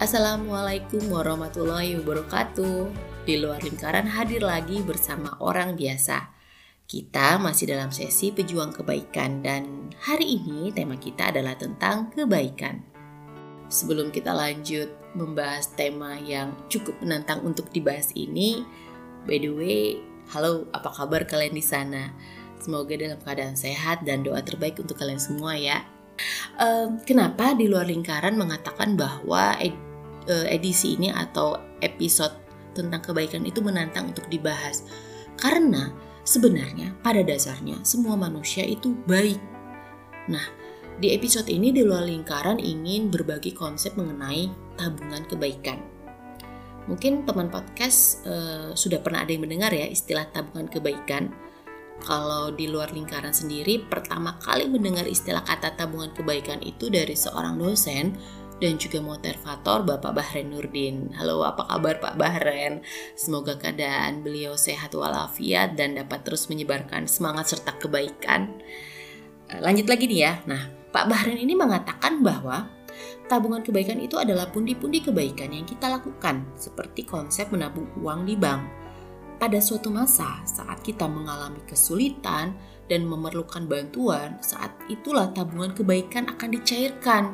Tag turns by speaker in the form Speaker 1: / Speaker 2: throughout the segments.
Speaker 1: Assalamualaikum warahmatullahi wabarakatuh. Di luar lingkaran hadir lagi bersama orang biasa. Kita masih dalam sesi pejuang kebaikan dan hari ini tema kita adalah tentang kebaikan. Sebelum kita lanjut membahas tema yang cukup menantang untuk dibahas ini, by the way, halo, apa kabar kalian di sana? Semoga dalam keadaan sehat dan doa terbaik untuk kalian semua ya. Kenapa di luar lingkaran mengatakan bahwa edisi ini atau episode tentang kebaikan itu menantang untuk dibahas? Karena sebenarnya pada dasarnya semua manusia itu baik. Nah, di episode ini di luar lingkaran ingin berbagi konsep mengenai tabungan kebaikan. Mungkin teman podcast sudah pernah ada yang mendengar ya istilah tabungan kebaikan. Kalau di luar lingkaran sendiri pertama kali mendengar istilah kata tabungan kebaikan itu dari seorang dosen dan juga motivator Bapak Bahren Nurdin. Halo, apa kabar Pak Bahren? Semoga keadaan beliau sehat walafiat dan dapat terus menyebarkan semangat serta kebaikan. Lanjut lagi nih ya. Nah, Pak Bahren ini mengatakan bahwa tabungan kebaikan itu adalah pundi-pundi kebaikan yang kita lakukan, seperti konsep menabung uang di bank. Pada suatu masa, saat kita mengalami kesulitan dan memerlukan bantuan, saat itulah tabungan kebaikan akan dicairkan.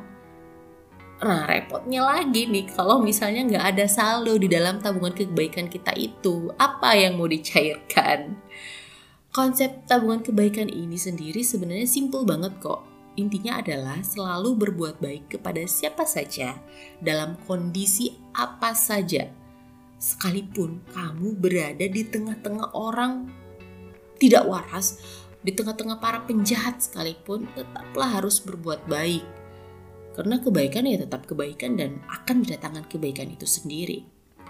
Speaker 1: Nah, repotnya lagi nih, kalau misalnya nggak ada saldo di dalam tabungan kebaikan kita itu, apa yang mau dicairkan? Konsep tabungan kebaikan ini sendiri sebenarnya simple banget kok. Intinya adalah selalu berbuat baik kepada siapa saja, dalam kondisi apa saja. Sekalipun kamu berada di tengah-tengah orang tidak waras, di tengah-tengah para penjahat sekalipun, tetaplah harus berbuat baik. Karena kebaikan ya tetap kebaikan dan akan mendatangkan kebaikan itu sendiri.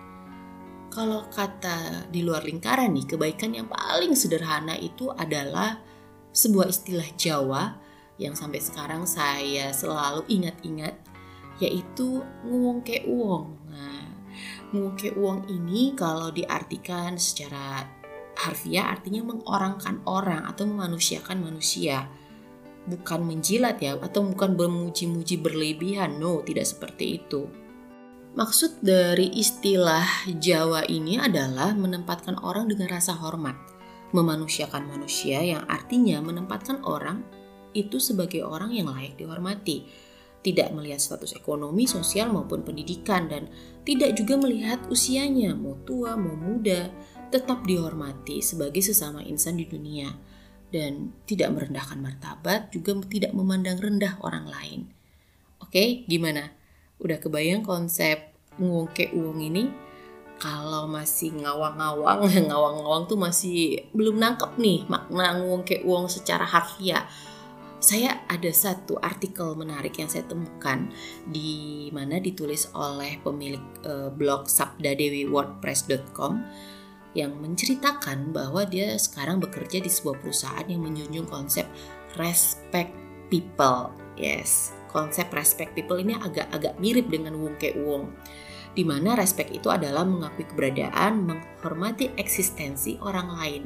Speaker 1: Kalau kata di luar lingkaran nih, kebaikan yang paling sederhana itu adalah sebuah istilah Jawa yang sampai sekarang saya selalu ingat-ingat, yaitu nguwongke uwong. Nguwongke uwong ini kalau diartikan secara harfiah artinya mengorangkan orang atau memanusiakan manusia. Bukan menjilat ya, atau bukan bermuji-muji berlebihan, no, tidak seperti itu. Maksud dari istilah Jawa ini adalah menempatkan orang dengan rasa hormat, memanusiakan manusia yang artinya menempatkan orang itu sebagai orang yang layak dihormati. Tidak melihat status ekonomi, sosial maupun pendidikan dan tidak juga melihat usianya, mau tua, mau muda, tetap dihormati sebagai sesama insan di dunia dan tidak merendahkan martabat, juga tidak memandang rendah orang lain. Oke, gimana? Udah kebayang konsep nguwongke uwong ini? Kalau masih ngawang-ngawang tuh masih belum nangkep nih makna nguwongke uwong secara harfiah. Saya ada satu artikel menarik yang saya temukan di mana ditulis oleh pemilik blog sabdadewi.wordpress.com yang menceritakan bahwa dia sekarang bekerja di sebuah perusahaan yang menjunjung konsep respect people. Yes, konsep respect people ini agak mirip dengan nguwongke uwong, di mana respect itu adalah mengakui keberadaan, menghormati eksistensi orang lain.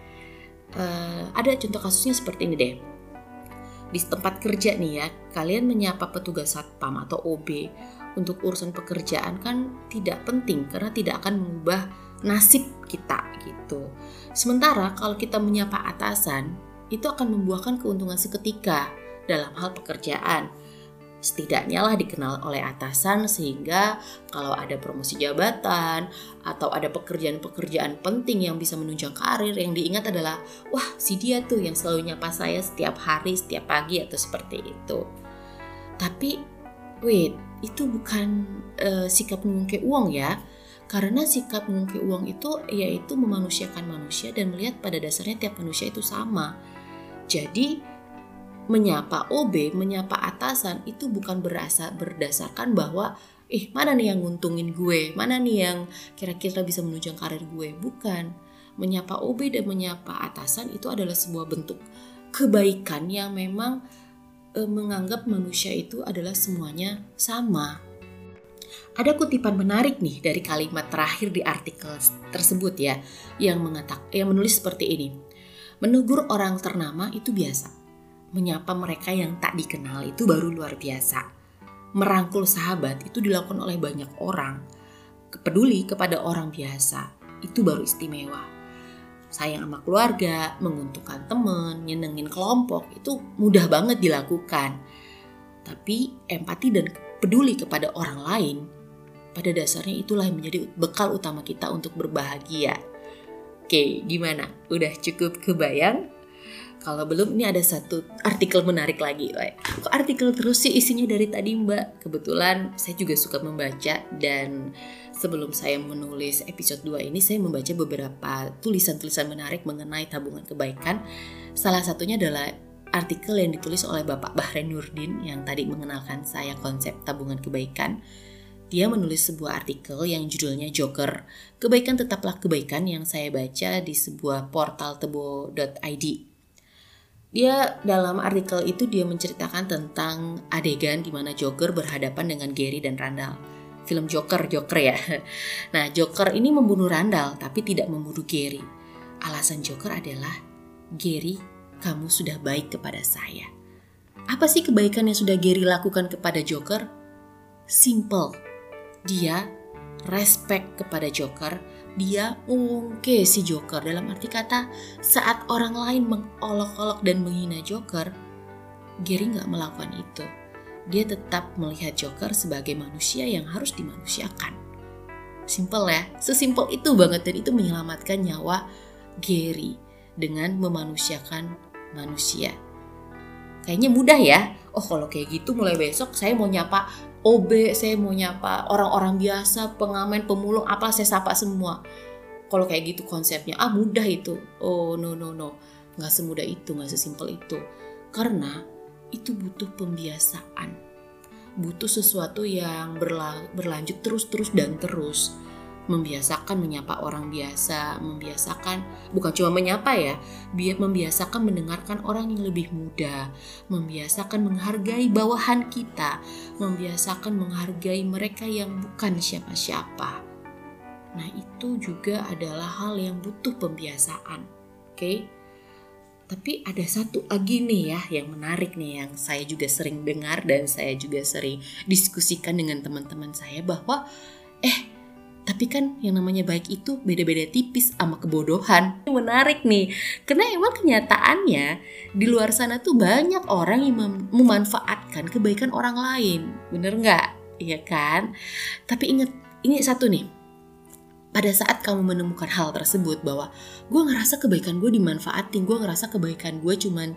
Speaker 1: Ada contoh kasusnya seperti ini deh. Di tempat kerja nih ya, kalian menyapa petugas satpam atau OB untuk urusan pekerjaan kan tidak penting karena tidak akan mengubah nasib kita gitu. Sementara kalau kita menyapa atasan, itu akan membuahkan keuntungan seketika dalam hal pekerjaan. Setidaknya lah dikenal oleh atasan sehingga kalau ada promosi jabatan atau ada pekerjaan-pekerjaan penting yang bisa menunjang karir, yang diingat adalah wah si dia tuh yang selalu nyapa saya setiap hari, setiap pagi atau seperti itu. Tapi wait, itu bukan sikap nguwongke uwong ya. Karena sikap nguwongke uwong itu yaitu memanusiakan manusia dan melihat pada dasarnya tiap manusia itu sama. Jadi menyapa OB, menyapa atasan itu bukan berdasarkan bahwa mana nih yang nguntungin gue, mana nih yang kira-kira bisa menunjang karir gue. Bukan. Menyapa OB dan menyapa atasan itu adalah sebuah bentuk kebaikan yang memang menganggap manusia itu adalah semuanya sama. Ada kutipan menarik nih dari kalimat terakhir di artikel tersebut ya, yang menulis seperti ini. Menegur orang ternama itu biasa. Menyapa mereka yang tak dikenal itu baru luar biasa. merangkul sahabat itu dilakukan oleh banyak orang, peduli kepada orang biasa, itu baru istimewa. Sayang sama keluarga, menguntungkan teman, nyenengin kelompok, itu mudah banget dilakukan. Tapi empati dan peduli kepada orang lain, pada dasarnya itulah yang menjadi bekal utama kita untuk berbahagia. Oke, gimana? Udah cukup kebayang? Kalau belum, ini ada satu artikel menarik lagi. Kok artikel terus sih isinya dari tadi Mbak? Kebetulan saya juga suka membaca, dan sebelum saya menulis episode 2 ini, saya membaca beberapa tulisan-tulisan menarik mengenai tabungan kebaikan. Salah satunya adalah artikel yang ditulis oleh Bapak Bahren Nurdin yang tadi mengenalkan saya konsep tabungan kebaikan. Dia menulis sebuah artikel yang judulnya Joker, Kebaikan Tetaplah Kebaikan, yang saya baca di sebuah portal tebo.id. Dia dalam artikel itu dia menceritakan tentang adegan di mana Joker berhadapan dengan Gary dan Randall. Film Joker ya. Nah, Joker ini membunuh Randall tapi tidak membunuh Gary. Alasan Joker adalah, Gary, kamu sudah baik kepada saya. Apa sih kebaikan yang sudah Gary lakukan kepada Joker? Simple. Dia respect kepada Joker. Dia mengungke si Joker. Dalam arti kata, saat orang lain mengolok-olok dan menghina Joker, Gary gak melakukan itu. Dia tetap melihat Joker sebagai manusia yang harus dimanusiakan. Simple ya, sesimpel itu banget. Dan itu menyelamatkan nyawa Gary dengan memanusiakan manusia. Kayaknya mudah ya. Oh, kalau kayak gitu mulai besok saya mau nyapa OB, saya mau nyapa orang-orang biasa, pengamen, pemulung, apa saya sapa semua. Kalau kayak gitu konsepnya, mudah itu. Oh no, nggak semudah itu, nggak sesimpel itu. Karena itu butuh pembiasaan, butuh sesuatu yang berlanjut terus dan terus. Membiasakan menyapa orang biasa, membiasakan bukan cuma menyapa ya, membiasakan mendengarkan orang yang lebih muda, membiasakan menghargai bawahan kita, membiasakan menghargai mereka yang bukan siapa-siapa. Nah, itu juga adalah hal yang butuh pembiasaan. Oke? Tapi ada satu lagi nih ya yang menarik nih, yang saya juga sering dengar dan saya juga sering diskusikan dengan teman-teman saya, bahwa tapi kan yang namanya baik itu beda-beda tipis sama kebodohan. Ini menarik nih, karena emang kenyataannya di luar sana tuh banyak orang yang memanfaatkan kebaikan orang lain. Bener nggak? Iya kan? Tapi ingat, ini satu nih. Pada saat kamu menemukan hal tersebut, bahwa gue ngerasa kebaikan gue dimanfaatin, gue ngerasa kebaikan gue cuman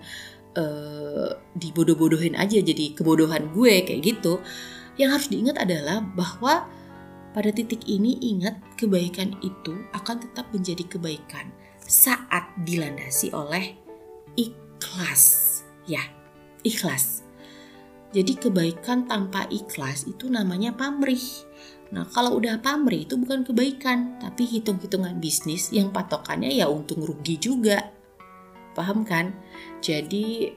Speaker 1: dibodoh-bodohin aja jadi kebodohan gue kayak gitu. Yang harus diingat adalah bahwa pada titik ini ingat, kebaikan itu akan tetap menjadi kebaikan saat dilandasi oleh ikhlas. Ya, ikhlas. Jadi kebaikan tanpa ikhlas itu namanya pamrih. Nah, kalau udah pamrih itu bukan kebaikan, tapi hitung-hitungan bisnis yang patokannya ya untung rugi juga. Paham kan? Jadi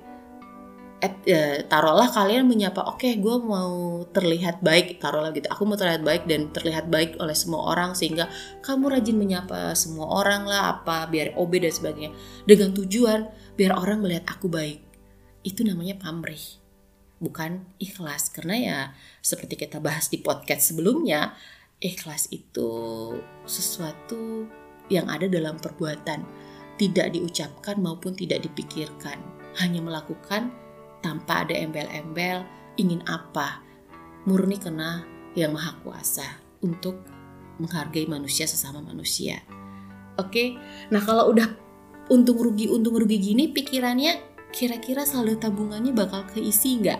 Speaker 1: taruhlah kalian menyapa, oke, gue mau terlihat baik, taruhlah gitu, aku mau terlihat baik dan terlihat baik oleh semua orang, sehingga kamu rajin menyapa semua orang lah, biar OB dan sebagainya, dengan tujuan biar orang melihat aku baik. Itu namanya pamrih, bukan ikhlas. Karena ya seperti kita bahas di podcast sebelumnya, ikhlas itu sesuatu yang ada dalam perbuatan, tidak diucapkan maupun tidak dipikirkan, hanya melakukan tanpa ada embel-embel ingin apa, murni karena yang maha kuasa untuk menghargai manusia sesama manusia. Oke, nah kalau udah untung rugi gini, pikirannya kira-kira saldo tabungannya bakal keisi nggak?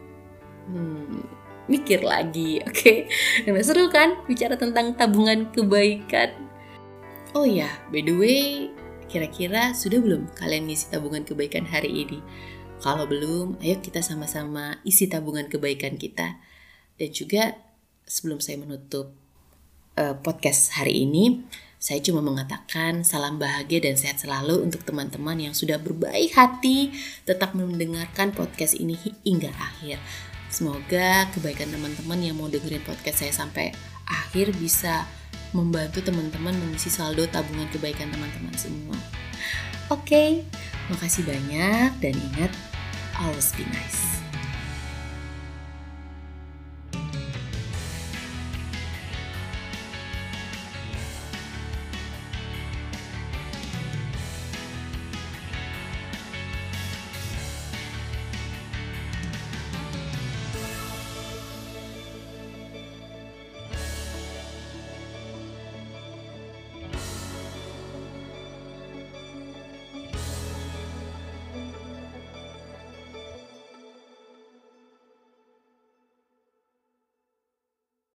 Speaker 1: Mikir lagi, oke? Nah, seru kan bicara tentang tabungan kebaikan? Oh ya, by the way, kira-kira sudah belum kalian ngisi tabungan kebaikan hari ini? Kalau belum, ayo kita sama-sama isi tabungan kebaikan kita. Dan juga sebelum saya menutup podcast hari ini, saya cuma mengatakan salam bahagia dan sehat selalu untuk teman-teman yang sudah berbaik hati tetap mendengarkan podcast ini hingga akhir. Semoga kebaikan teman-teman yang mau dengerin podcast saya sampai akhir bisa membantu teman-teman mengisi saldo tabungan kebaikan teman-teman semua. Oke, makasih banyak dan ingat, always be nice.